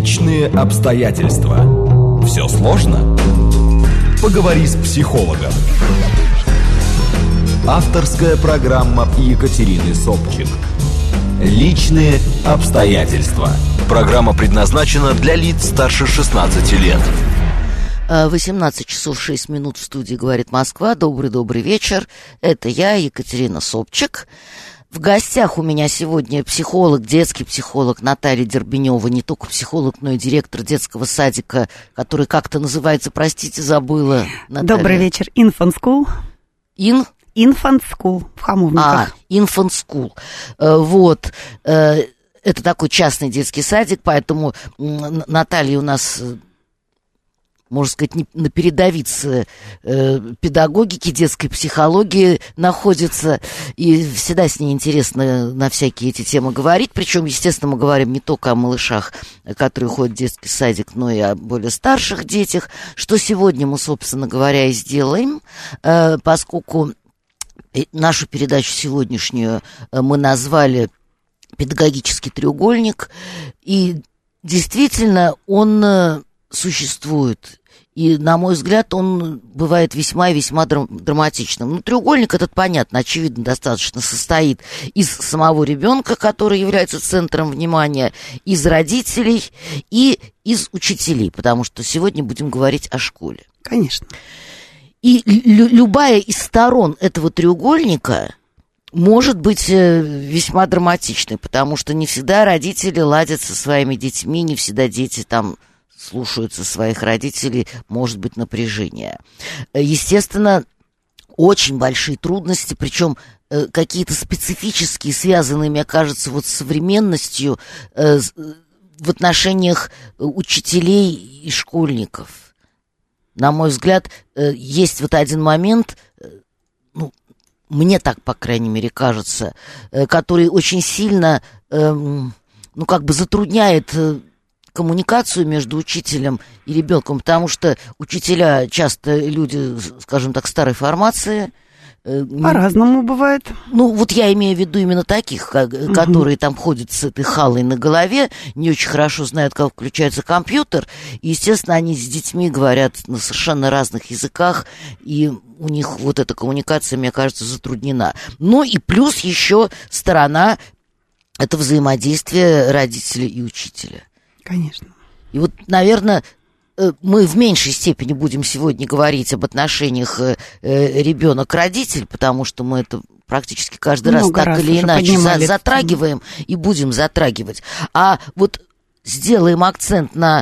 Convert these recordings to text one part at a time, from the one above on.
Личные обстоятельства. Все сложно? Поговори с психологом. Авторская программа Екатерины Собчик. Личные обстоятельства. Программа предназначена для лиц старше 16 лет. 18 часов 6 минут в студии «Говорит Москва». Добрый вечер. Это я, Екатерина Собчик. В гостях у меня сегодня психолог, детский психолог Наталья Дербенева. Не только психолог, но и директор детского садика, который как-то называется, простите, забыла. Наталья. Добрый вечер. Infant School. Infant School в Хамовниках. Infant School. Вот. Это такой частный детский садик, поэтому Наталья у нас, можно сказать, на передовице педагогики, детской психологии находится, и всегда с ней интересно на всякие эти темы говорить. Причем, естественно, мы говорим не только о малышах, которые ходят в детский садик, но и о более старших детях, что сегодня мы, собственно говоря, и сделаем, поскольку нашу передачу сегодняшнюю мы назвали «Педагогический треугольник», и действительно он существует. И, на мой взгляд, он бывает весьма и весьма драматичным. Ну, треугольник этот, понятно, очевидно, достаточно состоит из самого ребенка, который является центром внимания, из родителей и из учителей, потому что сегодня будем говорить о школе. Конечно. И любая из сторон этого треугольника может быть весьма драматичной, потому что не всегда родители ладят со своими детьми, не всегда дети там слушаются своих родителей, может быть напряжение. Естественно, очень большие трудности, причем какие-то специфические, связанные, мне кажется, вот с современностью в отношениях учителей и школьников. На мой взгляд, есть вот один момент, ну, мне так, по крайней мере, кажется, который очень сильно, ну, как бы затрудняет коммуникацию между учителем и ребенком, потому что учителя часто люди, скажем так, старой формации. По-разному бывает. Ну, вот я имею в виду именно таких, которые там ходят с этой халой на голове, не очень хорошо знают, как включается компьютер, и, естественно, они с детьми говорят на совершенно разных языках, и у них вот эта коммуникация, мне кажется, затруднена. Ну, и плюс еще сторона – это взаимодействие родителя и учителя. Конечно. И вот, наверное, мы в меньшей степени будем сегодня говорить об отношениях ребенок-родитель, потому что мы это практически каждый раз так или иначе затрагиваем и будем затрагивать. А вот сделаем акцент на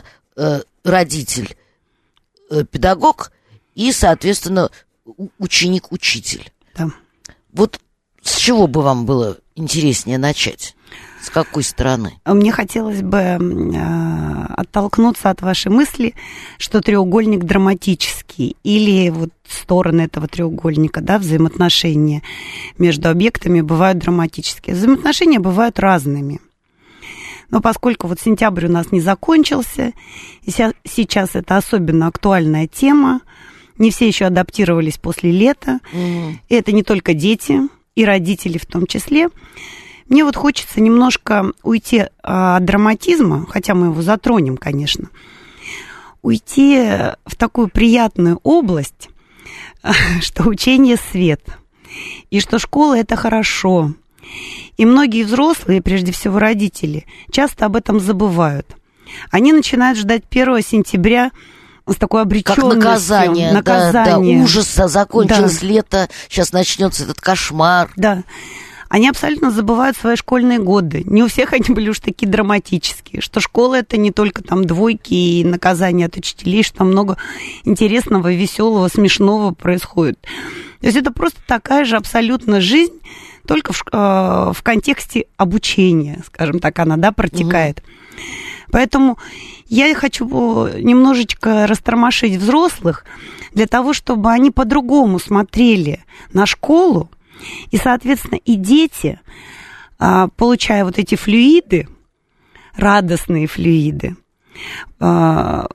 родитель-педагог и, соответственно, ученик-учитель. Да. Вот с чего бы вам было интереснее начать? С какой стороны? Мне хотелось бы оттолкнуться от вашей мысли, что треугольник драматический, или вот стороны этого треугольника, да, взаимоотношения между объектами бывают драматические. Взаимоотношения бывают разными. Но поскольку вот сентябрь у нас не закончился, и сейчас это особенно актуальная тема, не все еще адаптировались после лета, и это не только дети, и родители в том числе. Мне вот хочется немножко уйти от драматизма, хотя мы его затронем, конечно, уйти в такую приятную область, что учение свет, и что школа – это хорошо. И многие взрослые, прежде всего родители, часто об этом забывают. Они начинают ждать 1 сентября с такой обреченностью. Как наказание. Да, ужас, закончилось лето, сейчас начнется этот кошмар. Да. Они абсолютно забывают свои школьные годы. Не у всех они были уж такие драматические, что школа – это не только там двойки и наказания от учителей, что там много интересного, веселого, смешного происходит. То есть это просто такая же абсолютно жизнь, только в контексте обучения, скажем так, она, да, протекает. Поэтому я хочу немножечко растормошить взрослых для того, чтобы они по-другому смотрели на школу. И, соответственно, и дети, получая вот эти флюиды, радостные флюиды, от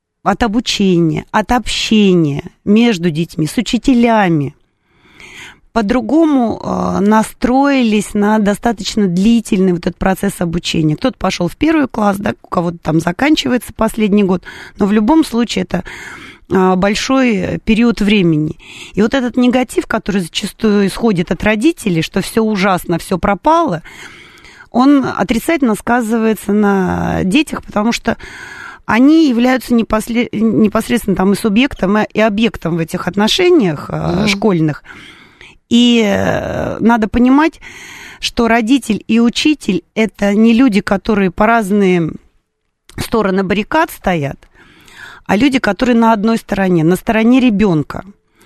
обучения, от общения между детьми, с учителями, по-другому настроились на достаточно длительный вот этот процесс обучения. Кто-то пошел в 1 класс, да, у кого-то там заканчивается последний год, но в любом случае это большой период времени. И вот этот негатив, который зачастую исходит от родителей, что все ужасно, все пропало, он отрицательно сказывается на детях, потому что они являются непосредственно там и субъектом, и объектом в этих отношениях школьных. И надо понимать, что родитель и учитель – это не люди, которые по разные стороны баррикад стоят, а люди, которые на одной стороне, на стороне ребенка.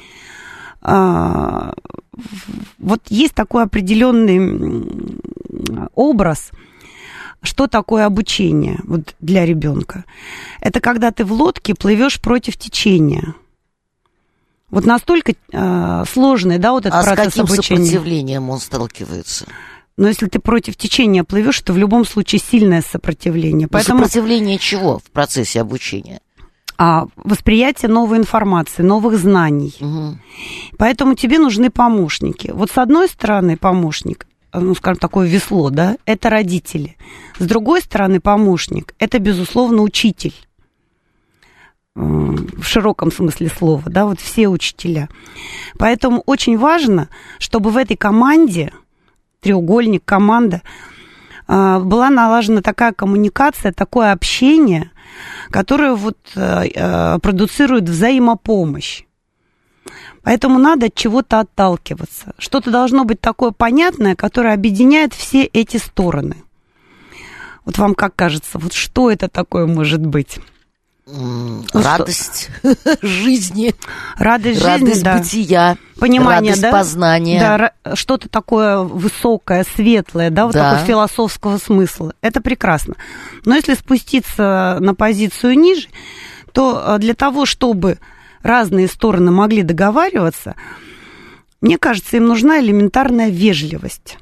Вот есть такой определенный образ, что такое обучение вот для ребенка. Это когда ты в лодке плывешь против течения. Вот настолько сложный, да, вот этот процесс обучения. А с каким сопротивлением он сталкивается? Но если ты против течения плывешь, то в любом случае сильное сопротивление. Поэтому... Сопротивление чего в процессе обучения? Восприятие новой информации, новых знаний. Угу. Поэтому тебе нужны помощники. Вот с одной стороны помощник, ну, скажем, такое весло, да, это родители. С другой стороны помощник, это, безусловно, учитель. В широком смысле слова, да, вот все учителя. Поэтому очень важно, чтобы в этой команде, треугольник, команда, была налажена такая коммуникация, такое общение, которое вот продуцирует взаимопомощь. Поэтому надо от чего-то отталкиваться. Что-то должно быть такое понятное, которое объединяет все эти стороны. Вот вам как кажется, вот что это такое может быть? Радость жизни. Радость жизни, да. Бытия. Понимание, радость да? Познания. Да, что-то такое высокое, светлое, да, вот такого философского смысла. Это прекрасно. Но если спуститься на позицию ниже, то для того, чтобы разные стороны могли договариваться, мне кажется, им нужна элементарная вежливость.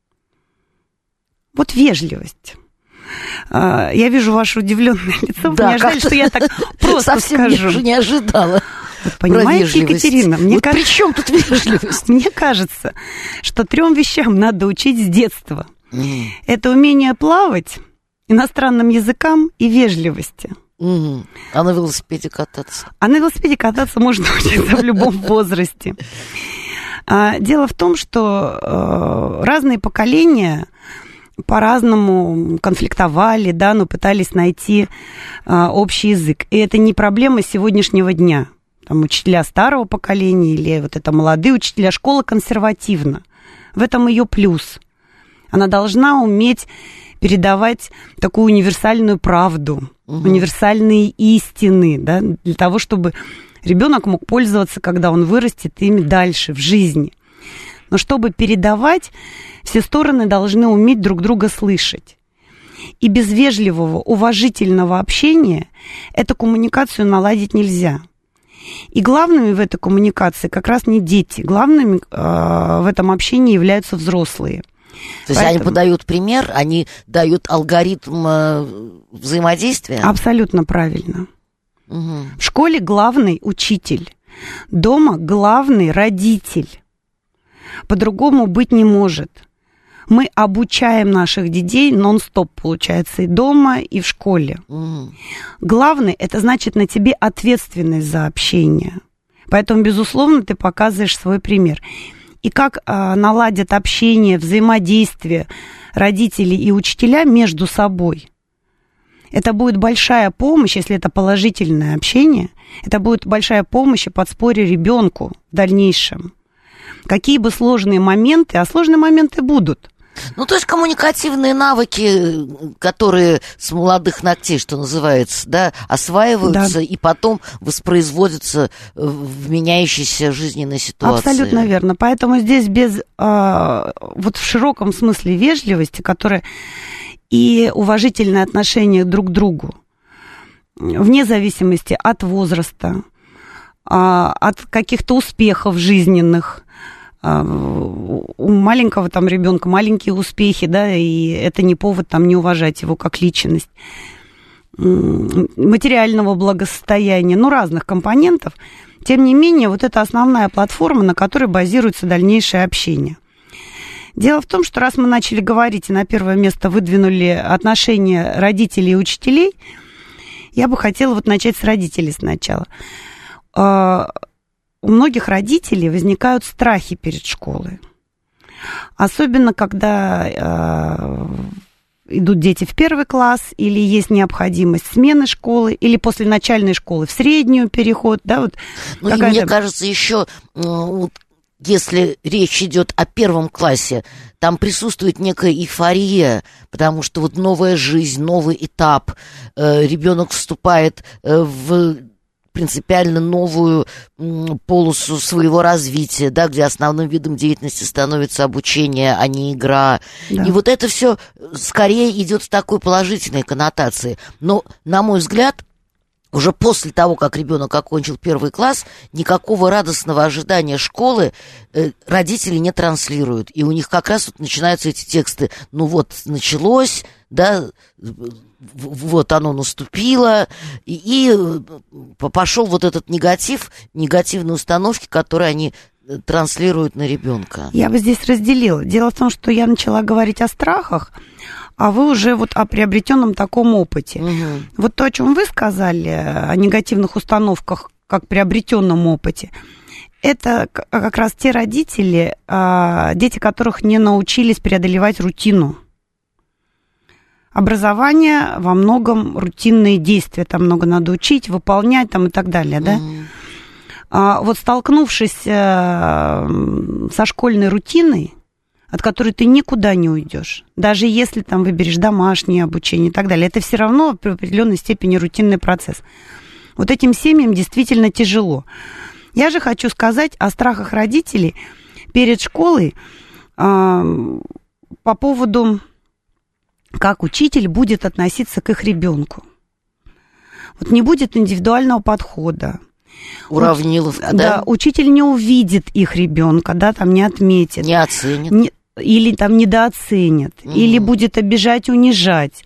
Вот вежливость. Я вижу ваше удивленное лицо. Да, мне жаль, что я так просто скажу. Совсем не ожидала. Вот понимаете, Екатерина, мне кажется, при чем тут вежливость? Мне кажется, что 3 вещам надо учить с детства. Это умение плавать, иностранным языкам и вежливости. А на велосипеде кататься? А на велосипеде кататься можно учиться в любом возрасте. Дело в том, что разные поколения по-разному конфликтовали, да, но пытались найти общий язык. И это не проблема сегодняшнего дня. Там учителя старого поколения или вот это молодые учителя. Школа консервативна. В этом ее плюс. Она должна уметь передавать такую универсальную правду, универсальные истины, да, для того, чтобы ребенок мог пользоваться, когда он вырастет, ими дальше в жизни. Но чтобы передавать, все стороны должны уметь друг друга слышать. И без вежливого, уважительного общения эту коммуникацию наладить нельзя. И главными в этой коммуникации как раз не дети. Главными в этом общении являются взрослые. То есть они подают пример, они дают алгоритм взаимодействия? Абсолютно правильно. В школе главный учитель, дома главный родитель. По-другому быть не может. Мы обучаем наших детей нон-стоп, получается, и дома, и в школе. Главное, это значит на тебе ответственность за общение. Поэтому, безусловно, ты показываешь свой пример. И как наладят общение, взаимодействие родителей и учителя между собой. Это будет большая помощь, если это положительное общение, это будет большая помощь и подспорье ребенку в дальнейшем. Какие бы сложные моменты, а сложные моменты будут. Ну, то есть коммуникативные навыки, которые с молодых ногтей, что называется, да, осваиваются, да, и потом воспроизводятся в меняющейся жизненной ситуации. Абсолютно верно. Поэтому здесь без, вот в широком смысле вежливости, которая и уважительное отношение друг к другу, вне зависимости от возраста, от каких-то успехов жизненных. У маленького там ребенка маленькие успехи, да, и это не повод там не уважать его как личность. материального благосостояния, разных компонентов. Тем не менее, вот это основная платформа, на которой базируется дальнейшее общение. Дело в том, что раз мы начали говорить и на первое место выдвинули отношения родителей и учителей, я бы хотела начать с родителей сначала. У многих родителей возникают страхи перед школой. Особенно, когда идут дети в первый класс, или есть необходимость смены школы, или после начальной школы в среднюю переход. Да, и мне кажется, еще если речь идет о первом классе, там присутствует некая эйфория, потому что новая жизнь, новый этап, ребенок вступает в принципиально новую полосу своего развития, да, где основным видом деятельности становится обучение, а не игра. Да. И это все скорее идет в такой положительной коннотации. Но, на мой взгляд, уже после того, как ребенок окончил первый класс, никакого радостного ожидания школы родители не транслируют. И у них как раз начинаются эти тексты. Началось, да, оно наступило, и пошел этот негатив, негативные установки, которые они транслируют на ребенка. Я бы здесь разделила. Дело в том, что я начала говорить о страхах, а вы уже о приобретенном таком опыте. Угу. То, о чем вы сказали, о негативных установках, как приобретенном опыте, это как раз те родители, дети которых не научились преодолевать рутину. Образование во многом рутинные действия, там много надо учить, выполнять и так далее, да? Столкнувшись со школьной рутиной, от которой ты никуда не уйдешь, даже если там выберешь домашнее обучение и так далее, это все равно в определенной степени рутинный процесс. Этим семьям действительно тяжело. Я же хочу сказать о страхах родителей перед школой по поводу, как учитель будет относиться к их ребенку. Не будет индивидуального подхода. Уравниловка, да? Учитель не увидит их ребенка, да, не отметит. Не оценит. Или недооценит, или будет обижать, унижать.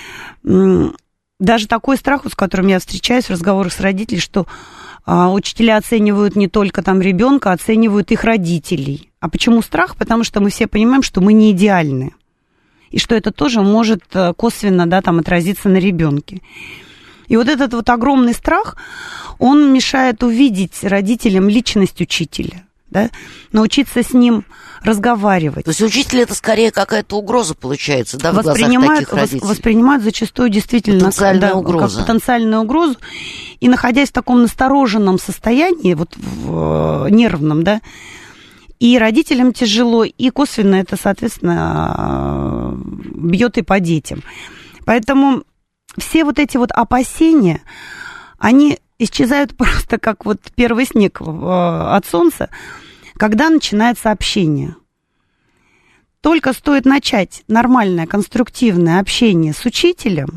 Даже такой страх, с которым я встречаюсь в разговорах с родителями, что учителя оценивают не только ребенка, оценивают их родителей. А почему страх? Потому что мы все понимаем, что мы не идеальны. И что это тоже может косвенно, да, отразиться на ребенке. И этот огромный страх, он мешает увидеть родителям личность учителя, да, научиться с ним разговаривать. То есть учитель это скорее какая-то угроза получается, да, в глазах таких родителей? Воспринимают зачастую действительно потенциальную угрозу. Как потенциальную угрозу. И находясь в таком настороженном состоянии, в нервном, да, и родителям тяжело, и косвенно это, соответственно, бьет и по детям. Поэтому все эти опасения, они исчезают просто как первый снег от солнца, когда начинается общение. Только стоит начать нормальное, конструктивное общение с учителем.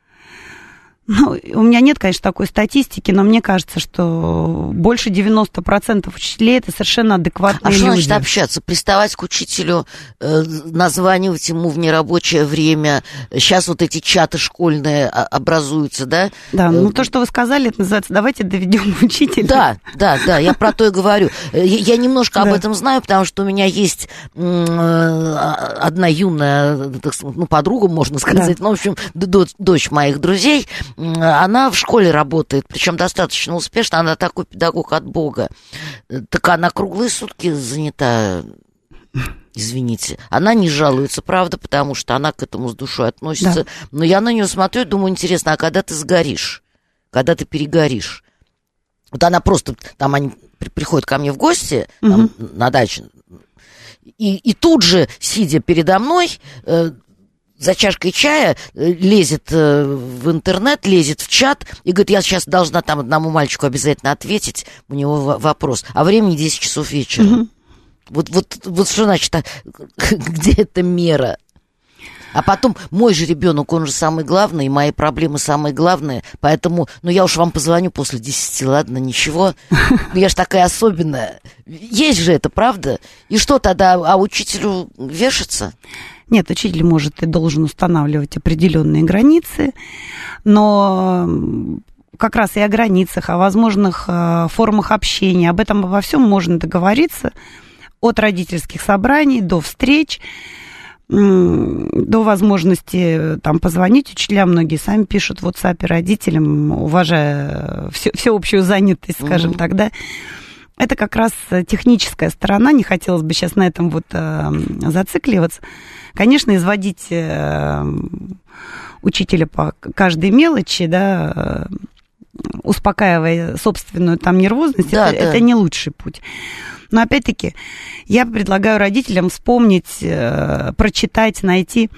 У меня нет, конечно, такой статистики, но мне кажется, что больше 90% учителей это совершенно адекватные люди. А что значит общаться? Приставать к учителю, названивать ему в нерабочее время? Сейчас эти чаты школьные образуются, да? Да, то, что вы сказали, это называется «давайте доведем учителя». Да, я про то и говорю. Я немножко об этом знаю, потому что у меня есть одна юная, подруга, можно сказать, в общем, дочь моих друзей. Она в школе работает, причем достаточно успешно, она такой педагог от Бога. Так она круглые сутки занята, извините. Она не жалуется, правда, потому что она к этому с душой относится. Да. Но я на нее смотрю и думаю, интересно, а когда ты сгоришь? Когда ты перегоришь? Она просто, они приходят ко мне в гости на дачу, и тут же, сидя передо мной, за чашкой чая лезет в интернет, лезет в чат и говорит, я сейчас должна одному мальчику обязательно ответить, у него вопрос. А времени 10 часов вечера. Угу. Вот что значит, где эта мера? А потом мой же ребенок, он же самый главный, и мои проблемы самые главные, поэтому, я уж вам позвоню после 10, ладно, ничего, я же такая особенная. Есть же это, правда? И что тогда, учителю вешаться? Нет, учитель может и должен устанавливать определенные границы, но как раз и о границах, о возможных формах общения, об этом обо всем можно договориться от родительских собраний до встреч, до возможности там позвонить учителям. Многие сами пишут в WhatsApp родителям, уважая всеобщую занятость, скажем так, да. Это как раз техническая сторона, не хотелось бы сейчас на этом вот зацикливаться. Конечно, изводить учителя по каждой мелочи, да, успокаивая собственную там нервозность, это не лучший путь. Но опять-таки я предлагаю родителям вспомнить, прочитать, найти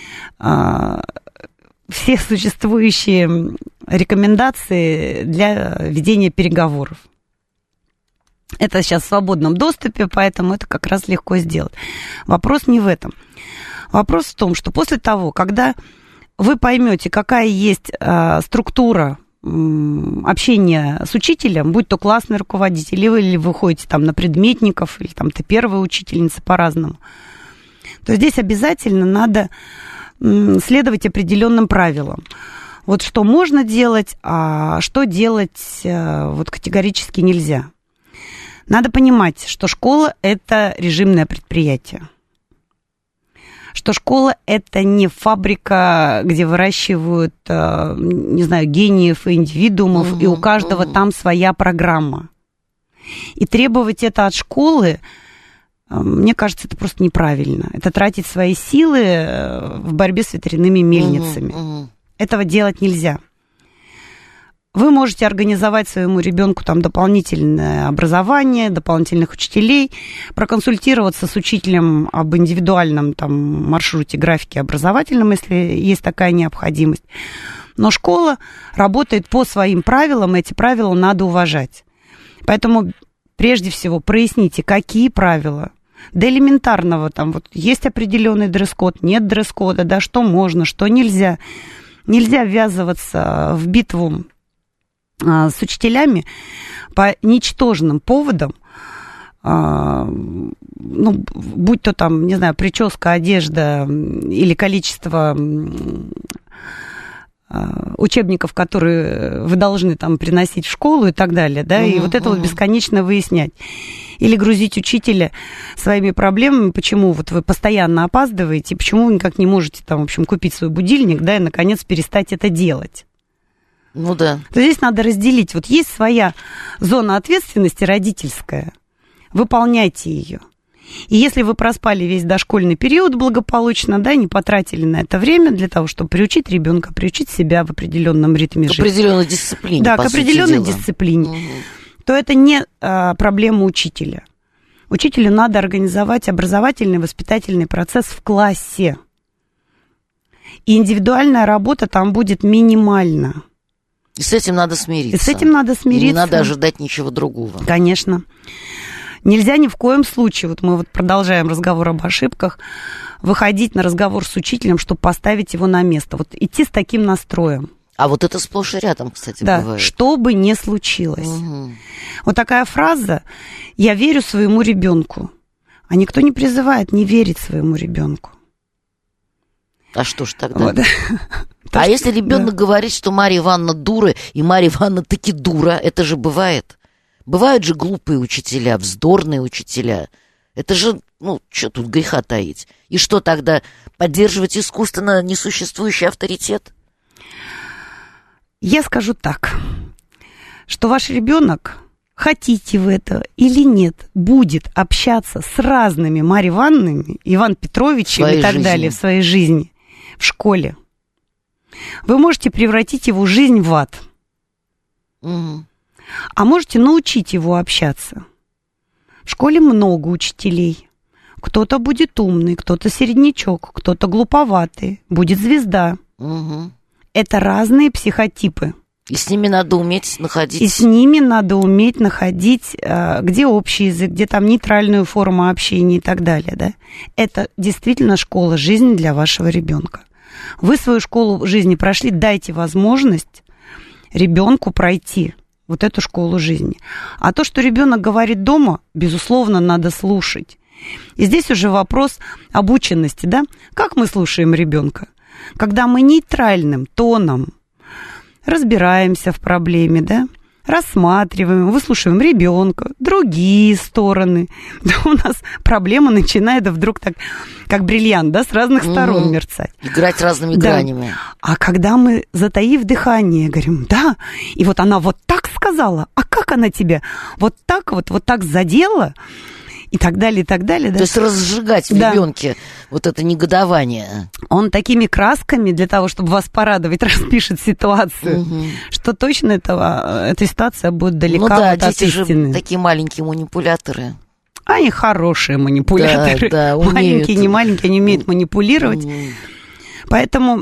все существующие рекомендации для ведения переговоров. Это сейчас в свободном доступе, поэтому это как раз легко сделать. Вопрос не в этом. Вопрос в том, что после того, когда вы поймете, какая есть структура общения с учителем, будь то классный руководитель, или вы ходите там на предметников, или там ты первая учительница по-разному, то здесь обязательно надо следовать определенным правилам. Вот что можно делать, а что делать вот категорически нельзя. Надо понимать, что школа – это режимное предприятие. Что школа – это не фабрика, где выращивают, не знаю, гениев и индивидуумов, и у каждого там своя программа. И требовать это от школы, мне кажется, это просто неправильно. Это тратить свои силы в борьбе с ветряными мельницами. Этого делать нельзя. Вы можете организовать своему ребенку там дополнительное образование, дополнительных учителей, проконсультироваться с учителем об индивидуальном там маршруте, графике образовательном, если есть такая необходимость. Но школа работает по своим правилам, и эти правила надо уважать. Поэтому прежде всего проясните, какие правила. До элементарного там вот есть определенный дресс-код, нет дресс-кода, да, что можно, что нельзя. Нельзя ввязываться в битву с учителями по ничтожным поводам, ну, будь то там, не знаю, прическа, одежда или количество учебников, которые вы должны там приносить в школу и так далее, да, и вот это вот бесконечно выяснять. Или грузить учителя своими проблемами, почему вот вы постоянно опаздываете, почему вы никак не можете там, в общем, купить свой будильник, да, и, наконец, перестать это делать. Ну да. То здесь надо разделить. Вот есть своя зона ответственности родительская. Выполняйте ее. И если вы проспали весь дошкольный период благополучно, да, не потратили на это время для того, чтобы приучить ребенка, приучить себя в определенном ритме жизни. К определенной дисциплине. Да, к определенной дисциплине. То это не проблема учителя. Учителю надо организовать образовательный, воспитательный процесс в классе. И индивидуальная работа там будет минимальна. И с этим надо смириться. И с этим надо смириться. И не надо ожидать ничего другого. Конечно. Нельзя ни в коем случае, вот мы вот продолжаем разговор об ошибках, выходить на разговор с учителем, чтобы поставить его на место. Вот идти с таким настроем. А вот это сплошь и рядом, кстати, да, бывает. Что бы ни случилось. Вот такая фраза «я верю своему ребенку». А никто не призывает не верить своему ребенку. А что ж тогда? Вот. А если ребенок говорит, что Марья Ивановна дура, и Марья Ивановна таки дура, это же бывает. Бывают же глупые учителя, вздорные учителя. Это же, ну, что тут греха таить? И что тогда, поддерживать искусственно несуществующий авторитет? Я скажу так, что ваш ребенок, хотите вы это или нет, будет общаться с разными Марьей Ивановнами, Иван Петровичем и так далее в своей жизни, в школе. Вы можете превратить его жизнь в ад. А можете научить его общаться. В школе много учителей. Кто-то будет умный, кто-то середнячок, кто-то глуповатый, будет звезда. Это разные психотипы. И с ними надо уметь находить. И с ними надо уметь находить, где общий язык, где там нейтральную форму общения и так далее. Да? Это действительно школа жизни для вашего ребенка. Вы свою школу жизни прошли, дайте возможность ребенку пройти вот эту школу жизни. А то, что ребенок говорит дома, безусловно, надо слушать. И здесь уже вопрос обученности, да? Как мы слушаем ребенка? Когда мы нейтральным тоном разбираемся в проблеме, да? Рассматриваем, выслушиваем ребенка, другие стороны. Да, у нас проблема начинает вдруг так, как бриллиант, да, с разных сторон мерцать. Играть разными гранями. А когда мы, затаив дыхание, говорим, да, и вот она вот так сказала, а как она тебя вот так задела, и так далее, и так далее. Да? То есть разжигать в ребенке вот это негодование. Он такими красками для того, чтобы вас порадовать, распишет ситуацию, что точно эта ситуация будет далека от дети истины. Же такие маленькие манипуляторы. Они хорошие манипуляторы. Да, маленькие, не маленькие, они умеют манипулировать. Поэтому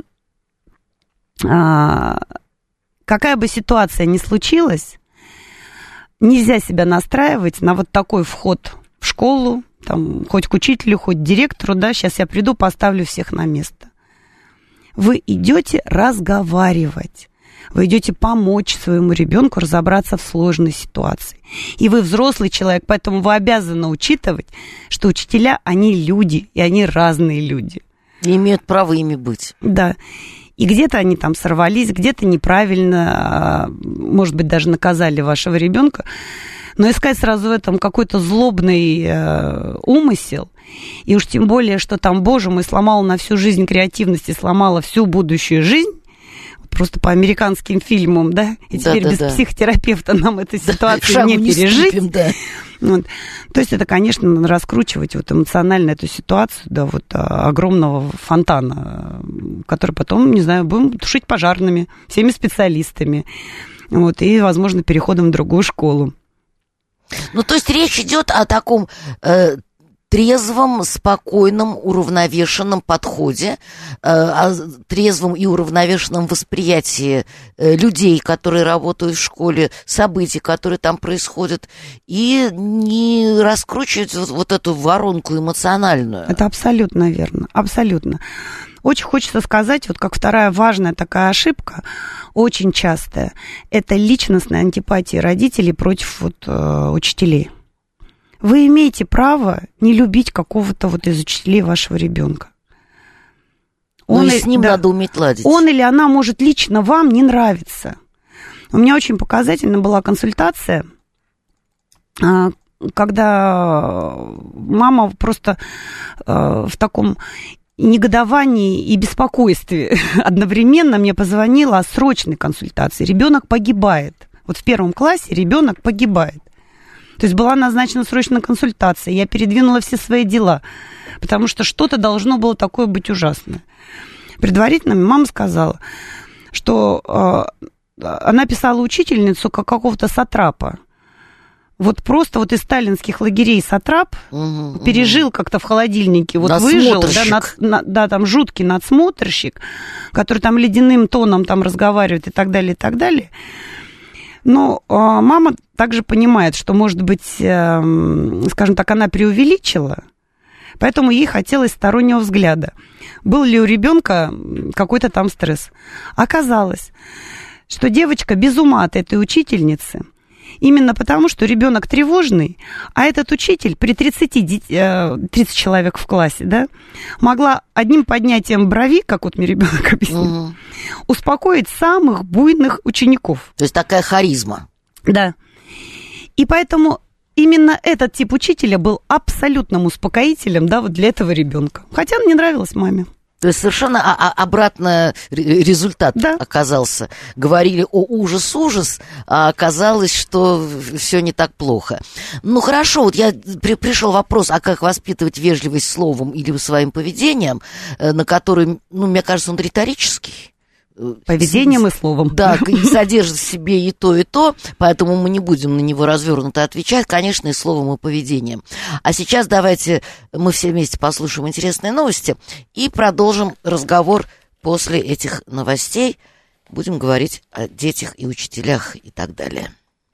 какая бы ситуация ни случилась, нельзя себя настраивать на вот такой вход в школу, там, хоть к учителю, хоть к директору, да, сейчас я приду, поставлю всех на место. Вы идете разговаривать, вы идете помочь своему ребенку разобраться в сложной ситуации. И вы взрослый человек, поэтому вы обязаны учитывать, что учителя, они люди, и они разные люди. И имеют право ими быть. Да. И где-то они там сорвались, где-то неправильно, может быть, даже наказали вашего ребенка. Но искать сразу в этом какой-то злобный умысел, и уж тем более, что там, боже мой, сломала на всю жизнь креативность и сломала всю будущую жизнь, просто по американским фильмам, да, и теперь без психотерапевта нам эту ситуацию не пережить. Вот. То есть это, конечно, надо раскручивать вот эмоционально эту ситуацию до вот огромного фонтана, который потом, не знаю, будем тушить пожарными, всеми специалистами, вот, и, возможно, переходом в другую школу. Ну, то есть речь идет о таком трезвом, спокойном, уравновешенном подходе, о трезвом и уравновешенном восприятии людей, которые работают в школе, событий, которые там происходят, и не раскручивать вот эту воронку эмоциональную. Это абсолютно верно, абсолютно. Очень хочется сказать, вот как вторая важная такая ошибка, очень частая, это личностная антипатия родителей против вот, учителей. Вы имеете право не любить какого-то вот из учителей вашего ребенка. И с ним надо уметь ладить. Он или она может лично вам не нравиться. У меня очень показательна была консультация, когда мама просто в таком негодовании и беспокойстве одновременно мне позвонила о срочной консультации. Ребенок погибает. Вот в 1 классе ребенок погибает. То есть была назначена срочная консультация. Я передвинула все свои дела, потому что что-то должно было такое быть ужасное. Предварительно мама сказала, что она писала учительницу как какого-то сатрапа. Вот просто вот из сталинских лагерей сатрап пережил как-то в холодильнике, вот выжил, да, там жуткий надсмотрщик, который там ледяным тоном там разговаривает и так далее, и так далее. Но мама также понимает, что, может быть, скажем так, она преувеличила, поэтому ей хотелось стороннего взгляда. Был ли у ребенка какой-то там стресс? Оказалось, что девочка без ума от этой учительницы, именно потому, что ребенок тревожный, а этот учитель при 30 человек в классе, да, могла одним поднятием брови, как вот мне ребенок объяснил, успокоить самых буйных учеников. То есть такая харизма. Да. И поэтому именно этот тип учителя был абсолютным успокоителем, да, вот для этого ребенка. Хотя он не нравилась маме. То есть совершенно обратный результат оказался. Говорили о ужас-ужас, а оказалось, что все не так плохо. Ну хорошо, вот пришел вопрос, а как воспитывать вежливость словом или своим поведением, на который, ну, мне кажется, он риторический. Поведением и словом. Да, и содержит в себе и то, поэтому мы не будем на него развернуто отвечать, конечно, и словом, и поведением. А сейчас давайте мы все вместе послушаем интересные новости и продолжим разговор после этих новостей. Будем говорить о детях и учителях и так далее.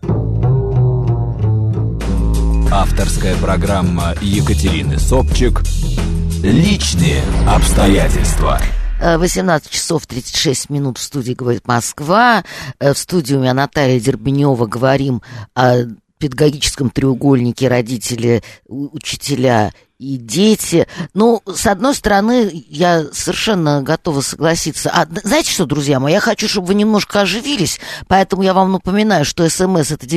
Авторская программа Екатерины Собчик «Личные обстоятельства». 18 часов 36 минут в студии «Говорит Москва». В студии у меня Наталья Дербенева. Говорим о педагогическом треугольнике родители, учителя и дети. Ну, с одной стороны, я совершенно готова согласиться. Знаете что, друзья мои, я хочу, чтобы вы немножко оживились, поэтому я вам напоминаю, что СМС это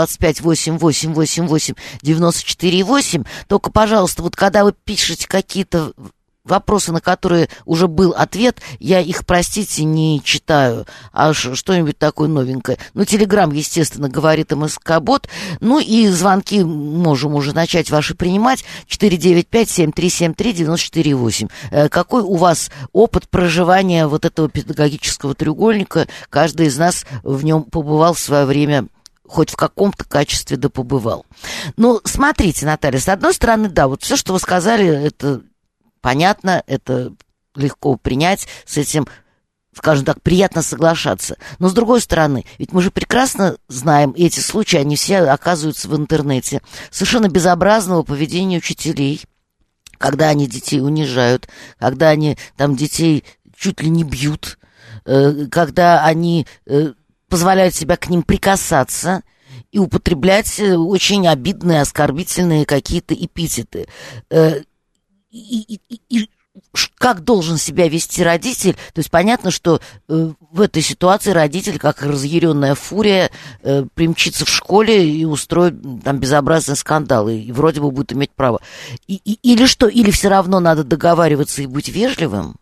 925-8888-94-8. Только, пожалуйста, вот когда вы пишете какие-то вопросы, на которые уже был ответ, я их, простите, не читаю, а что-нибудь такое новенькое. Ну, Телеграм, естественно, говорит МСК-бот. Ну, и звонки можем уже начать ваши принимать. 495-7373-94-8. Какой у вас опыт проживания вот этого педагогического треугольника? Каждый из нас в нем побывал в свое время, хоть в каком-то качестве да побывал. Ну, смотрите, Наталья, с одной стороны, да, вот все, что вы сказали, это понятно, это легко принять, с этим, скажем так, приятно соглашаться. Но с другой стороны, ведь мы же прекрасно знаем, эти случаи, они все оказываются в интернете, совершенно безобразного поведения учителей, когда они детей унижают, когда они там детей чуть ли не бьют, когда они позволяют себя к ним прикасаться и употреблять очень обидные, оскорбительные какие-то эпитеты. И как должен себя вести родитель? То есть понятно, что в этой ситуации родитель, как разъяренная фурия, примчится в школе и устроит там безобразный скандал, и вроде бы будет иметь право. Или что? Или все равно надо договариваться и быть вежливым?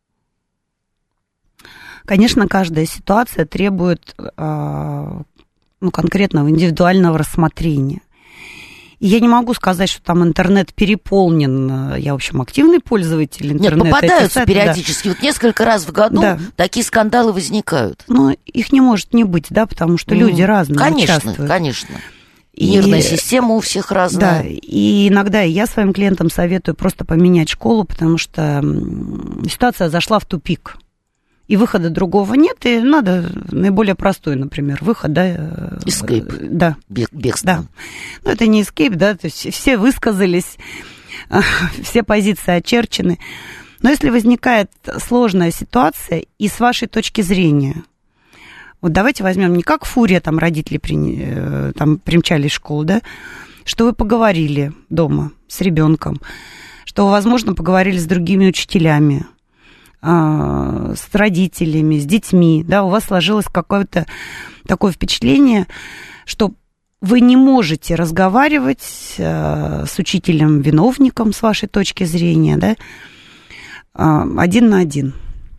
Конечно, каждая ситуация требует конкретного индивидуального рассмотрения. И я не могу сказать, что там интернет переполнен. Я, в общем, активный пользователь интернета. Нет, попадаются периодически. Да. Вот несколько раз в году такие скандалы возникают. Но их не может не быть, да, потому что люди разные участвуют. Конечно. И нервная система у всех разная. Да, и иногда я своим клиентам советую просто поменять школу, потому что ситуация зашла в тупик. И выхода другого нет, и надо наиболее простой, например, выход, да. Эскейп. Да. Бегство. Да. Но это не эскейп, да, то есть все высказались, все позиции очерчены. Но если возникает сложная ситуация, и с вашей точки зрения, вот давайте возьмем не как фурия, там родители там примчались в школу, да, что вы поговорили дома с ребенком, что вы, возможно, поговорили с другими учителями, с родителями, с детьми, да, у вас сложилось какое-то такое впечатление, что вы не можете разговаривать с учителем-виновником, с вашей точки зрения, да, один на один.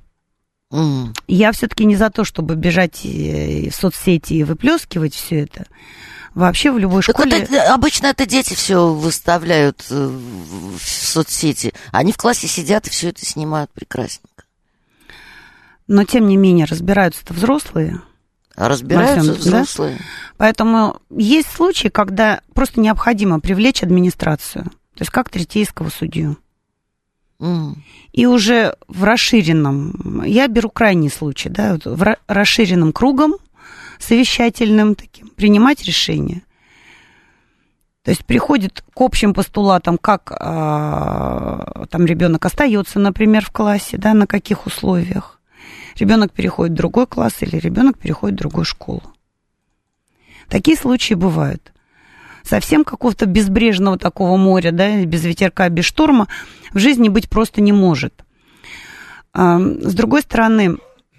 Я все-таки не за то, чтобы бежать в соцсети и выплескивать все это. Вообще в любой школе... Обычно это дети все выставляют в соцсети. Они в классе сидят и все это снимают прекрасненько. Но, тем не менее, разбираются-то взрослые. Разбираются взрослые. Да? Поэтому есть случаи, когда просто необходимо привлечь администрацию. То есть как третейского судью. И уже в расширенном... Я беру крайний случай, да, вот в расширенном кругом, совещательным таким, принимать решения. То есть приходит к общим постулатам, как там ребенок остается, например, в классе, да, на каких условиях. Ребенок переходит в другой класс или ребенок переходит в другую школу. Такие случаи бывают. Совсем какого-то безбрежного такого моря, да, без ветерка, без шторма в жизни быть просто не может. С другой стороны,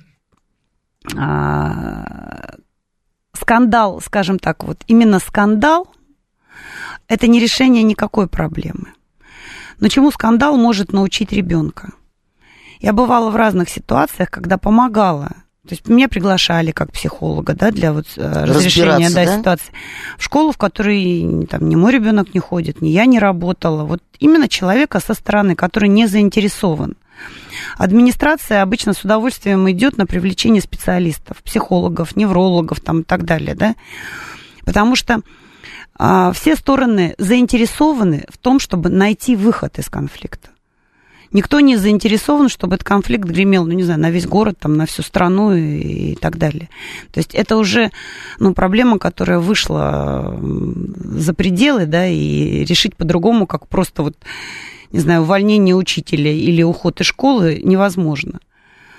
скандал, скажем так, вот именно скандал – это не решение никакой проблемы. Но чему скандал может научить ребенка? Я бывала в разных ситуациях, когда помогала. То есть меня приглашали как психолога, да, для вот разрешения ситуации. В школу, в которой там ни мой ребенок не ходит, ни я не работала. Вот именно человека со стороны, который не заинтересован. Администрация обычно с удовольствием идет на привлечение специалистов, психологов, неврологов там, и так далее, да. Потому что все стороны заинтересованы в том, чтобы найти выход из конфликта. Никто не заинтересован, чтобы этот конфликт гремел, ну, не знаю, на весь город, там, на всю страну и так далее. То есть это уже, ну, проблема, которая вышла за пределы, да, и решить по-другому, как просто вот, не знаю, увольнение учителя или уход из школы невозможно.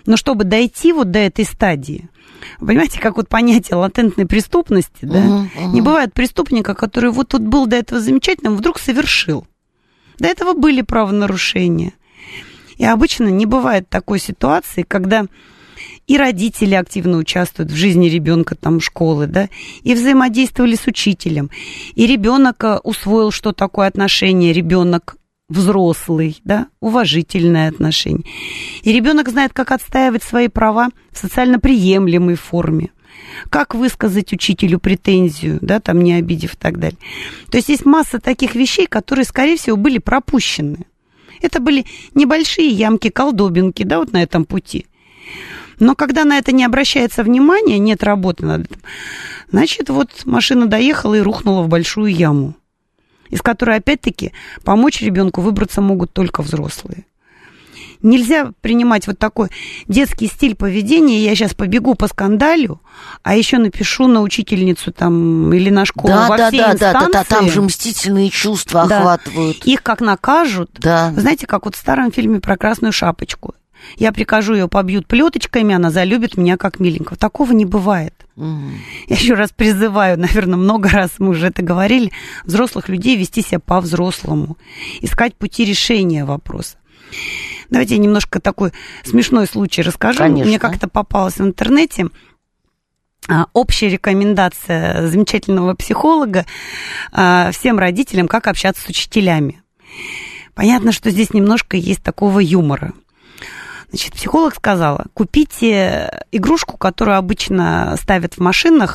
Но чтобы дойти вот до этой стадии, понимаете, как вот понятие латентной преступности, да? Не бывает преступника, который вот тут был до этого замечательным, вдруг совершил. До этого были правонарушения. И обычно не бывает такой ситуации, когда и родители активно участвуют в жизни ребенка, там, школы, да, и взаимодействовали с учителем, и ребенок усвоил, что такое отношение, ребенок взрослый, да, уважительное отношение. И ребенок знает, как отстаивать свои права в социально приемлемой форме, как высказать учителю претензию, да, там, не обидев и так далее. То есть масса таких вещей, которые, скорее всего, были пропущены. Это были небольшие ямки, колдобинки, да, вот на этом пути. Но когда на это не обращается внимания, нет работы над этим, значит, вот машина доехала и рухнула в большую яму, из которой, опять-таки, помочь ребенку выбраться могут только взрослые. Нельзя принимать вот такой детский стиль поведения. Я сейчас побегу по скандалю, а еще напишу на учительницу там или на школу во все инстанции. Да, там же мстительные чувства охватывают. Их как накажут. Да. Вы знаете, как вот в старом фильме про Красную Шапочку. Я прикажу, ее побьют плеточками, она залюбит меня как миленького. Такого не бывает. Я еще раз призываю, наверное, много раз мы уже это говорили, взрослых людей вести себя по-взрослому, искать пути решения вопроса. Давайте я немножко такой смешной случай расскажу. Конечно. Мне как-то попалось в интернете общая рекомендация замечательного психолога всем родителям, как общаться с учителями. Понятно, что здесь немножко есть такого юмора. Значит, психолог сказала, купите игрушку, которую обычно ставят в машинах,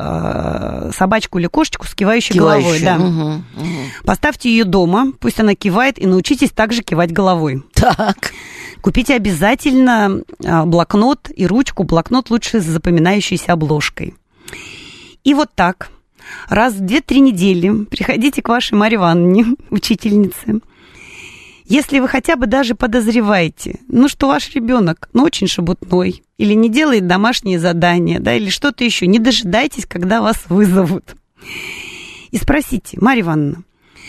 собачку или кошечку с кивающей головой. Да. Поставьте ее дома, пусть она кивает, и научитесь также кивать головой. Так. Купите обязательно блокнот и ручку. Блокнот лучше с запоминающейся обложкой. И вот так, раз в 2-3 недели приходите к вашей Марье Ивановне, учительнице. Если вы хотя бы даже подозреваете, что ваш ребенок, очень шебутной, или не делает домашние задания, да, или что-то еще, не дожидайтесь, когда вас вызовут. И спросите, Марья Ивановна,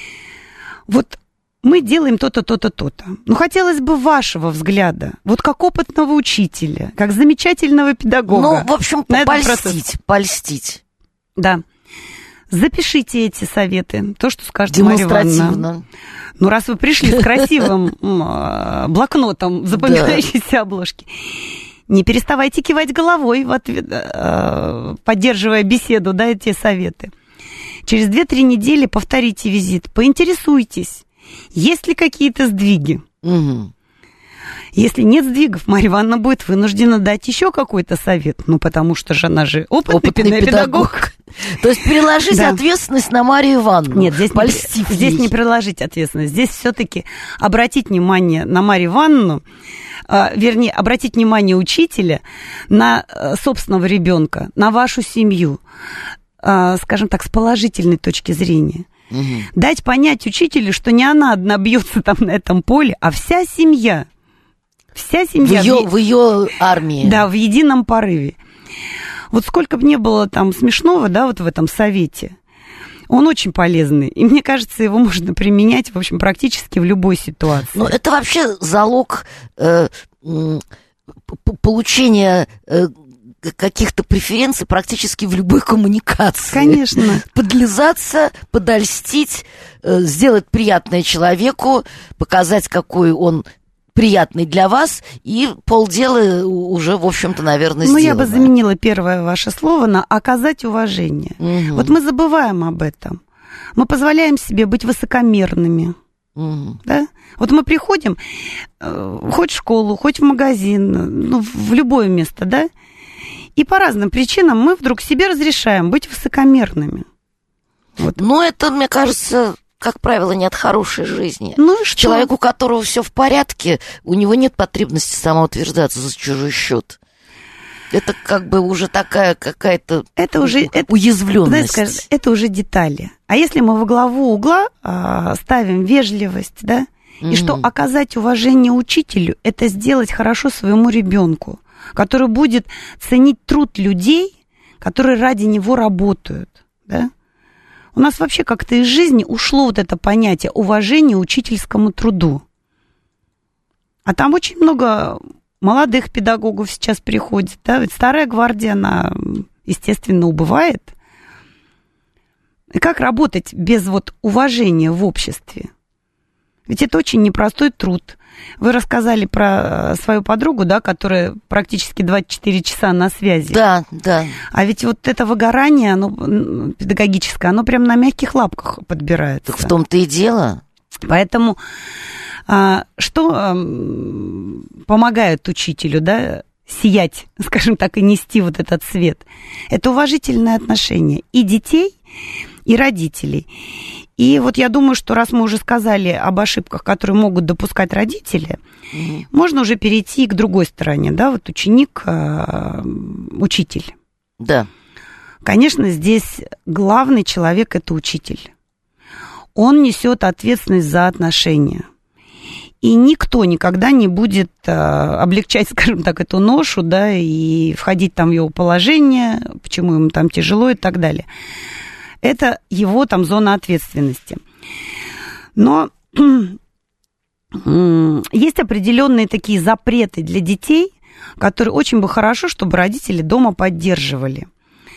вот мы делаем то-то, то-то, то-то. Хотелось бы вашего взгляда, вот как опытного учителя, как замечательного педагога. В общем, польстить. Да. Запишите эти советы, то, что скажет Марья Ивановна. Демонстративно. Раз вы пришли с красивым блокнотом запоминающейся обложки, не переставайте кивать головой в ответ, поддерживая беседу, да, эти советы. Через 2-3 недели повторите визит, поинтересуйтесь, есть ли какие-то сдвиги. Угу. Если нет сдвигов, Марья Ивановна будет вынуждена дать еще какой-то совет. Потому что же она же опытный педагог. То есть переложить ответственность на Марию Ивановну. Нет, здесь не переложить ответственность. Здесь все-таки обратить внимание на Марью Ивановну, вернее, обратить внимание учителя на собственного ребенка, на вашу семью, скажем так, с положительной точки зрения. Угу. Дать понять учителю, что не она одна бьется там на этом поле, а вся семья. Вся семья. В ее армии. Да, в едином порыве. Вот сколько бы ни было там смешного, да, вот в этом совете, он очень полезный. И мне кажется, его можно применять, в общем, практически в любой ситуации. Это вообще залог получения каких-то преференций практически в любой коммуникации. Конечно. Подлизаться, подольстить, сделать приятное человеку, показать, какой он приятный для вас, и полдела уже, в общем-то, наверное, сделано. Я бы заменила первое ваше слово на «оказать уважение». Угу. Вот мы забываем об этом. Мы позволяем себе быть высокомерными. Угу. Да? Вот мы приходим, хоть в школу, хоть в магазин, в любое место, да, и по разным причинам мы вдруг себе разрешаем быть высокомерными. Вот. Это, мне кажется, как правило, не от хорошей жизни. И что? Человеку, у которого все в порядке, у него нет потребности самоутверждаться за чужой счет. Это как бы уже такая какая-то уязвленность. Знаете, это уже детали. А если мы во главу угла ставим вежливость, да, и что оказать уважение учителю, это сделать хорошо своему ребенку, который будет ценить труд людей, которые ради него работают, да. У нас вообще как-то из жизни ушло вот это понятие уважения учительскому труду. А там очень много молодых педагогов сейчас приходит, да, ведь старая гвардия, она, естественно, убывает. И как работать без вот уважения в обществе? Ведь это очень непростой труд. Вы рассказали про свою подругу, да, которая практически 24 часа на связи. Да, да. А ведь вот это выгорание, оно педагогическое, оно прям на мягких лапках подбирается. Так в том-то и дело. Поэтому что помогает учителю, да, сиять, скажем так, и нести вот этот свет? Это уважительное отношение и детей, и родителей. И вот я думаю, что раз мы уже сказали об ошибках, которые могут допускать родители, можно уже перейти к другой стороне, да, вот ученик, учитель. Да. Конечно, здесь главный человек – это учитель. Он несет ответственность за отношения. И никто никогда не будет облегчать, скажем так, эту ношу, да, и входить там в его положение, почему ему там тяжело и так далее. Это его там зона ответственности. Но есть определенные такие запреты для детей, которые очень бы хорошо, чтобы родители дома поддерживали.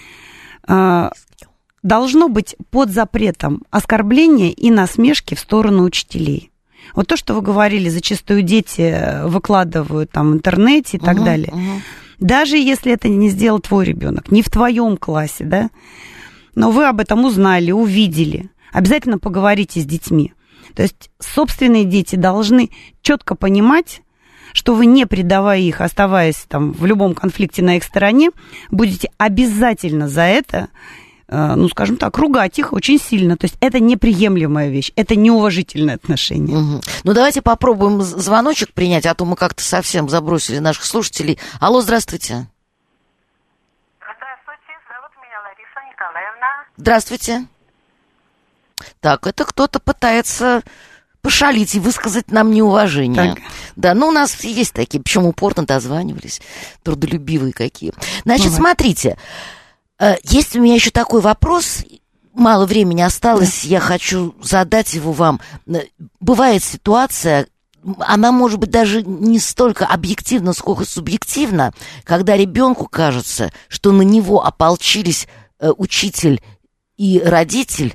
Должно быть под запретом оскорбления и насмешки в сторону учителей. Вот то, что вы говорили, зачастую дети выкладывают там в интернете и так далее. Даже если это не сделал твой ребенок, не в твоем классе, да, но вы об этом узнали, увидели, обязательно поговорите с детьми. То есть собственные дети должны четко понимать, что вы, не предавая их, оставаясь там в любом конфликте на их стороне, будете обязательно за это, ну, скажем так, ругать их очень сильно. То есть это неприемлемая вещь, это неуважительное отношение. Ну, давайте попробуем звоночек принять, а то мы как-то совсем забросили наших слушателей. Алло, здравствуйте. Здравствуйте. Так, это кто-то пытается пошалить и высказать нам неуважение. Так. Да, ну у нас есть такие, причем упорно дозванивались, трудолюбивые какие. Значит, смотрите, есть у меня еще такой вопрос, мало времени осталось, я хочу задать его вам. Бывает ситуация, она может быть даже не столько объективна, сколько субъективна, когда ребенку кажется, что на него ополчились учитель и родитель,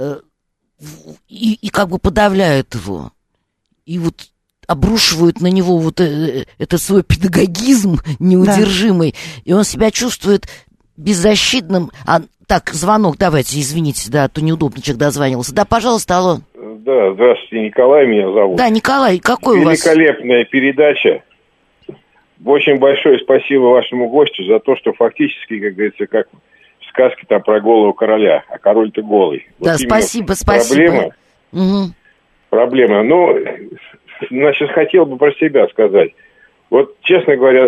и как бы подавляют его, и вот обрушивают на него вот этот свой педагогизм неудержимый, да. И он себя чувствует беззащитным. Так, звонок, давайте, извините, да, а то неудобно человек дозванивался. Да, пожалуйста, алло. Да, здравствуйте, Николай меня зовут. Да, Николай, какой у вас? Великолепная передача. Очень большое спасибо вашему гостю за то, что фактически, как говорится, как сказки там про голову короля, а король-то голый. Да, вот спасибо. Проблема. Ну, значит, хотел бы про себя сказать. Вот, честно говоря,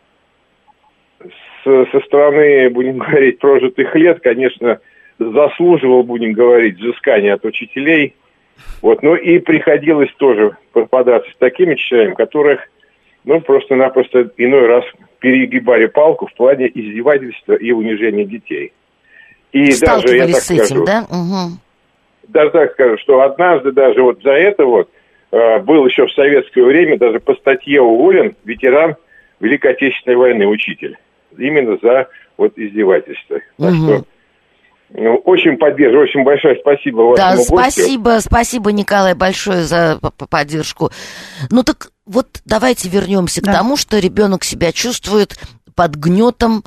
со стороны, будем говорить, прожитых лет, конечно, заслуживал, будем говорить, взыскания от учителей. Вот, ну и приходилось тоже попадаться с такими учителями, которых, ну, просто-напросто иной раз перегибали палку в плане издевательства и унижения детей. И даже, я так скажу, этим, да? Даже так скажу, что однажды даже вот за это вот был еще в советское время даже по статье уволен ветеран Великой Отечественной войны, учитель. Именно за вот издевательство. Так что очень поддерживаю, очень большое спасибо вашему гостю. Да, спасибо, Николай, большое за поддержку. Ну так вот давайте вернемся к тому, что ребенок себя чувствует под гнетом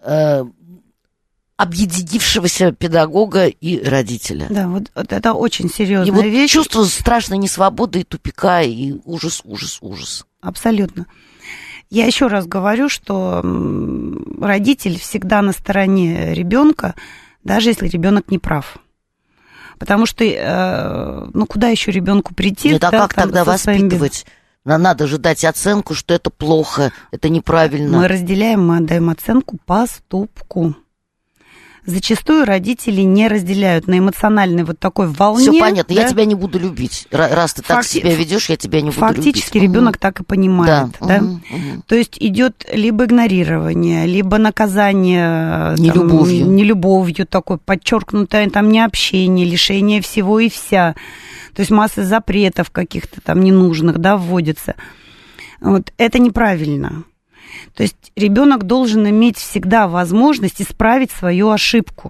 объединившегося педагога и родителя. Да, вот это очень серьезная вещь. И вот чувство страшной несвободы, и тупика, и ужас. Абсолютно. Я еще раз говорю, что родитель всегда на стороне ребенка, даже если ребенок не прав. Потому что, ну, куда еще ребенку прийти? Нет, а как тогда воспитывать? Надо же дать оценку, что это плохо, это неправильно. Мы отдаем оценку поступку. Зачастую родители не разделяют на эмоциональной вот такой волне. Все понятно, да? Я тебя не буду любить. Раз ты так себя ведешь, я тебя не буду любить. Фактически ребенок так и понимает. Да. То есть идет либо игнорирование, либо наказание нелюбовью, такое подчеркнутое там необщение, лишение всего и вся. То есть масса запретов каких-то там ненужных, да, вводится. Вот, это неправильно. То есть ребенок должен иметь всегда возможность исправить свою ошибку.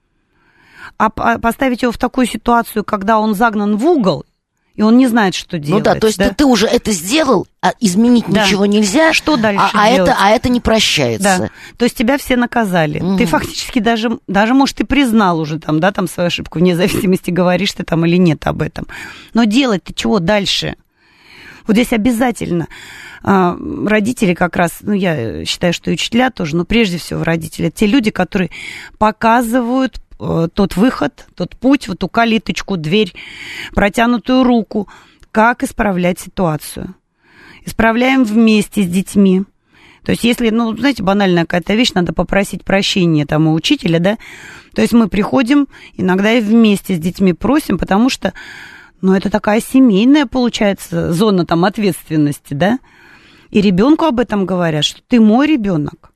А поставить его в такую ситуацию, когда он загнан в угол, и он не знает, что делать. Ну да, то есть ты уже это сделал, а изменить ничего нельзя. Что дальше делать? Это не прощается. Да. То есть тебя все наказали. Ты фактически даже, может, и признал уже там, да, там свою ошибку, вне зависимости, говоришь ты там или нет об этом. Но делать-то чего дальше? Вот здесь обязательно родители как раз, я считаю, что и учителя тоже, но прежде всего родители, те люди, которые показывают тот выход, тот путь, вот ту калиточку, дверь, протянутую руку, как исправлять ситуацию. Исправляем вместе с детьми. То есть если, знаете, банальная какая-то вещь, надо попросить прощения там у учителя, да, то есть мы приходим иногда и вместе с детьми просим, потому что, это такая семейная, получается, зона там ответственности, да, и ребенку об этом говорят, что ты мой ребенок.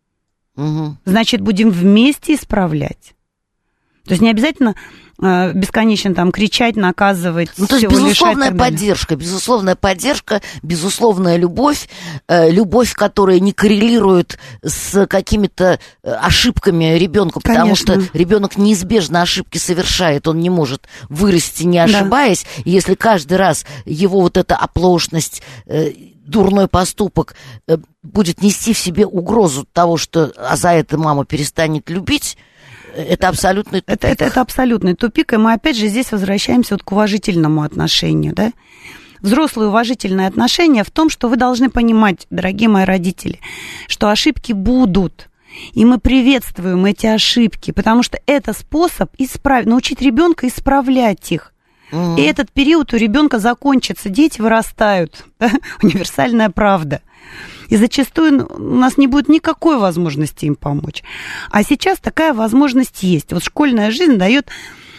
Значит, будем вместе исправлять. То есть не обязательно бесконечно там кричать, наказывать. То есть безусловная поддержка, безусловная любовь, которая не коррелирует с какими-то ошибками ребенка, потому что ребенок неизбежно ошибки совершает, он не может вырасти, не ошибаясь. Да. И если каждый раз его вот эта оплошность, дурной поступок будет нести в себе угрозу того, что за это мама перестанет любить, это абсолютный тупик. Это абсолютный тупик, и мы опять же здесь возвращаемся к уважительному отношению, да? Взрослое уважительное отношение в том, что вы должны понимать, дорогие мои родители, что ошибки будут, и мы приветствуем эти ошибки, потому что это способ научить ребенка исправлять их. И этот период у ребенка закончится, дети вырастают, да? Универсальная правда. И зачастую у нас не будет никакой возможности им помочь. А сейчас такая возможность есть. Вот школьная жизнь дает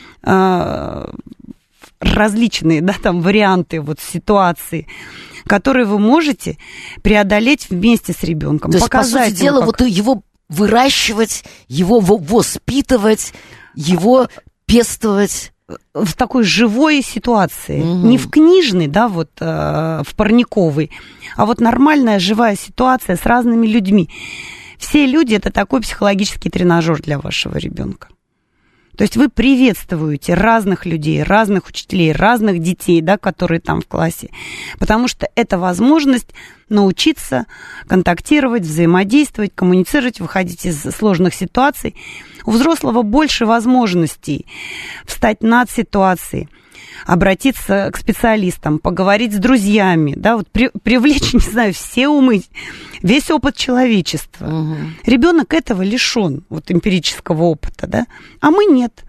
различные, да, там, варианты вот, ситуаций, которые вы можете преодолеть вместе с ребенком. То есть, по сути дела, вот его выращивать, его воспитывать, его пестовать. В такой живой ситуации, не в книжной, да, вот в парниковой, а вот нормальная живая ситуация с разными людьми. Все люди – это такой психологический тренажер для вашего ребенка. То есть вы приветствуете разных людей, разных учителей, разных детей, да, которые там в классе, потому что это возможность научиться контактировать, взаимодействовать, коммуницировать, выходить из сложных ситуаций. У взрослого больше возможностей встать над ситуацией, обратиться к специалистам, поговорить с друзьями, да, вот привлечь, не знаю, все умы, весь опыт человечества. Ребенок этого лишен, вот эмпирического опыта, да, а мы нет.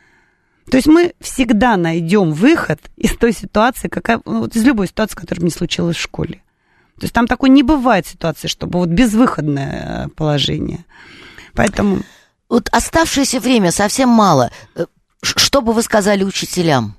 То есть мы всегда найдем выход из той ситуации, из любой ситуации, которая не случилась в школе. То есть там такой не бывает ситуации, чтобы вот безвыходное положение. Поэтому... Вот оставшееся время совсем мало. Что бы вы сказали учителям?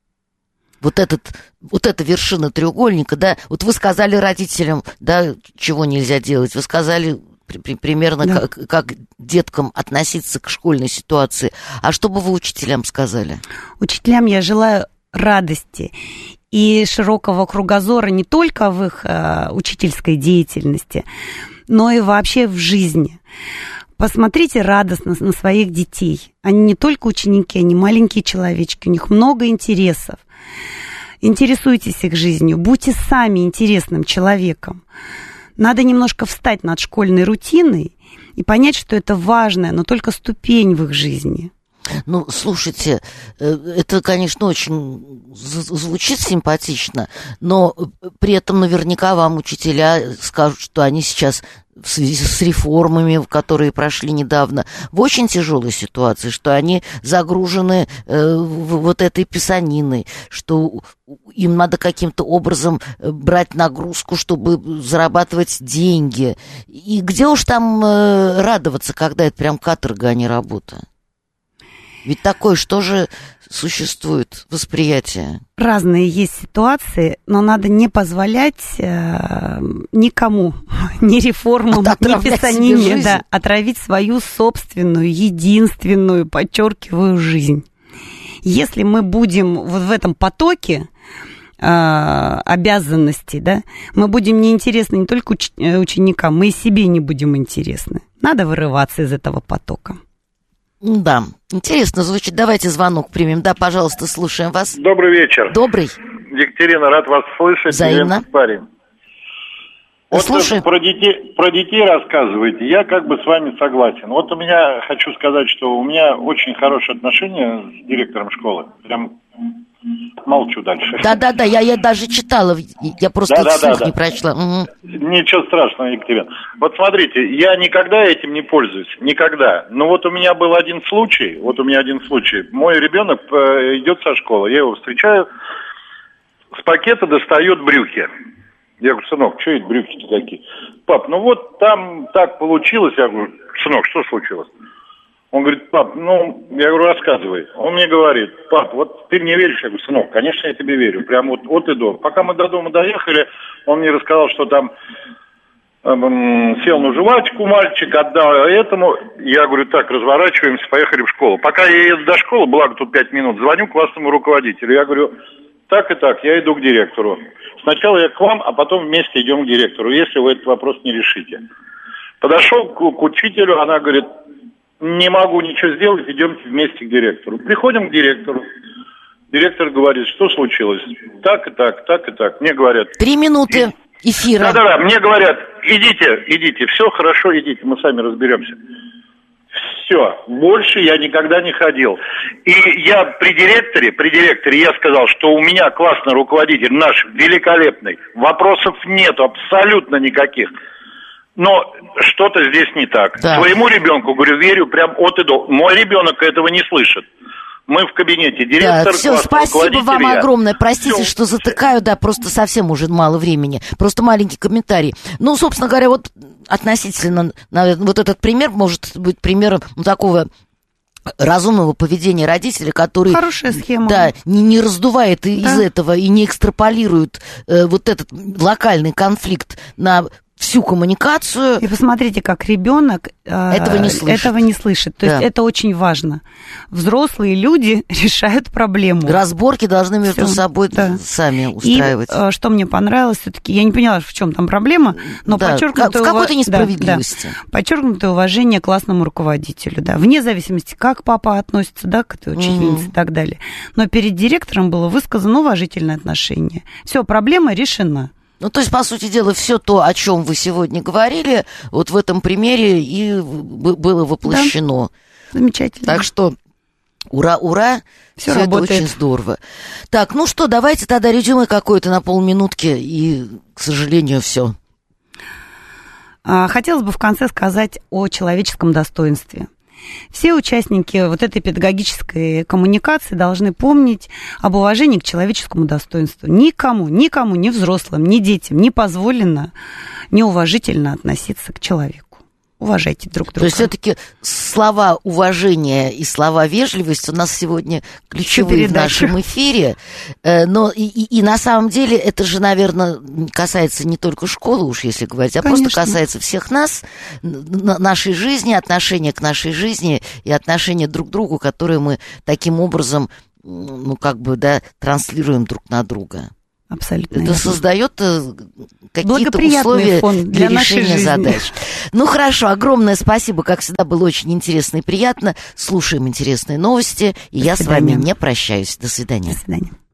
Вот эта вершина треугольника, да, вот вы сказали родителям, да, чего нельзя делать, вы сказали примерно, да, как деткам относиться к школьной ситуации. А что бы вы учителям сказали? Учителям я желаю радости и широкого кругозора не только в их учительской деятельности, но и вообще в жизни. Посмотрите радостно на своих детей. Они не только ученики, они маленькие человечки, у них много интересов. Интересуйтесь их жизнью, будьте сами интересным человеком. Надо немножко встать над школьной рутиной и понять, что это важная, но только ступень в их жизни. Ну, слушайте, это, конечно, очень звучит симпатично, но при этом наверняка вам учителя скажут, что они сейчас в связи с реформами, которые прошли недавно, в очень тяжелой ситуации, что они загружены вот этой писаниной, что им надо каким-то образом брать нагрузку, чтобы зарабатывать деньги. И где уж там радоваться, когда это прям каторга, а не работа? Ведь такое что же существует восприятие? Разные есть ситуации, но надо не позволять никому, ни реформам, ни писанине, да, отравить свою собственную, единственную, подчеркиваю, жизнь. Если мы будем вот в этом потоке, обязанностей, да, мы будем неинтересны не только ученикам, мы и себе не будем интересны. Надо вырываться из этого потока. Да, интересно звучит. Давайте звонок примем. Да, пожалуйста, слушаем вас. Добрый вечер. Добрый. Екатерина, рад вас слышать. Взаимно. Парень. Вот Слушай. про детей рассказываете, я как бы с вами согласен. Вот у меня, хочу сказать, что у меня очень хорошие отношения с директором школы. Прям молчу дальше. Да, я даже читала, я просто вслух не прочла. Угу. Ничего страшного, Екатерина. Вот смотрите, я никогда этим не пользуюсь, никогда. Но вот у меня был один случай. Мой ребенок идет со школы, я его встречаю, с пакета достает брюки. Я говорю, сынок, что эти брюки-то такие? Пап, ну вот там так получилось. Я говорю, сынок, что случилось? Он говорит, пап, я говорю, рассказывай. Он мне говорит, пап, вот ты мне веришь? Я говорю, сынок, конечно, я тебе верю. Прям вот от и до. Пока мы до дома доехали, он мне рассказал, что там сел на жвачку мальчик, отдал этому. Я говорю, так, разворачиваемся, поехали в школу. Пока я еду до школы, благо тут 5 минут, звоню классному руководителю. Я говорю, так и так, я иду к директору. Сначала я к вам, а потом вместе идем к директору, если вы этот вопрос не решите. Подошел к учителю, она говорит, не могу ничего сделать, идемте вместе к директору. Приходим к директору. Директор говорит, что случилось? Так и так, так и так. Мне говорят... 3 минуты эфира. Да, мне говорят, идите, все хорошо, идите, мы сами разберемся. Все, больше я никогда не ходил. И я при директоре я сказал, что у меня классный руководитель, наш великолепный, вопросов нету, абсолютно никаких. Но что-то здесь не так. Да. Своему ребенку, говорю, верю прям от и до. Мой ребенок этого не слышит. Мы в кабинете, директор, все, спасибо вам огромное. Простите, что затыкаю, просто совсем уже мало времени. Просто маленький комментарий. Собственно говоря, вот относительно, наверное, вот этот пример может быть примером такого разумного поведения родителя, который... Хорошая схема. Да, не раздувает из этого и не экстраполирует вот этот локальный конфликт на всю коммуникацию. И посмотрите, как ребенок этого не слышит. То есть это очень важно. Взрослые люди решают проблему. Разборки должны между собой сами устраивать. И что мне понравилось, все-таки я не поняла, в чем там проблема, но подчеркнутое в какой-то несправедливости. Подчеркнутое уважение к классному руководителю, вне зависимости, как папа относится, к этой учительнице и так далее. Но перед директором было высказано уважительное отношение. Все, проблема решена. То есть, по сути дела, все то, о чем вы сегодня говорили, вот в этом примере и было воплощено. Да. Замечательно. Так что ура, все это очень здорово. Так, давайте тогда резюме какое-то на полминутки, и, к сожалению, все. Хотелось бы в конце сказать о человеческом достоинстве. Все участники вот этой педагогической коммуникации должны помнить об уважении к человеческому достоинству. Никому, ни взрослым, ни детям не позволено неуважительно относиться к человеку. Уважайте друг друга. То есть все-таки слова уважения и слова вежливости у нас сегодня ключевые в нашем эфире. Но и на самом деле это же, наверное, касается не только школы, уж если говорить, а просто касается всех нас, нашей жизни, отношения к нашей жизни и отношения друг к другу, которые мы таким образом, транслируем друг на друга. Абсолютно. Это создает какие-то условия для решения задач. Хорошо, огромное спасибо. Как всегда, было очень интересно и приятно. Слушаем интересные новости. И я с вами не прощаюсь. До свидания. До свидания.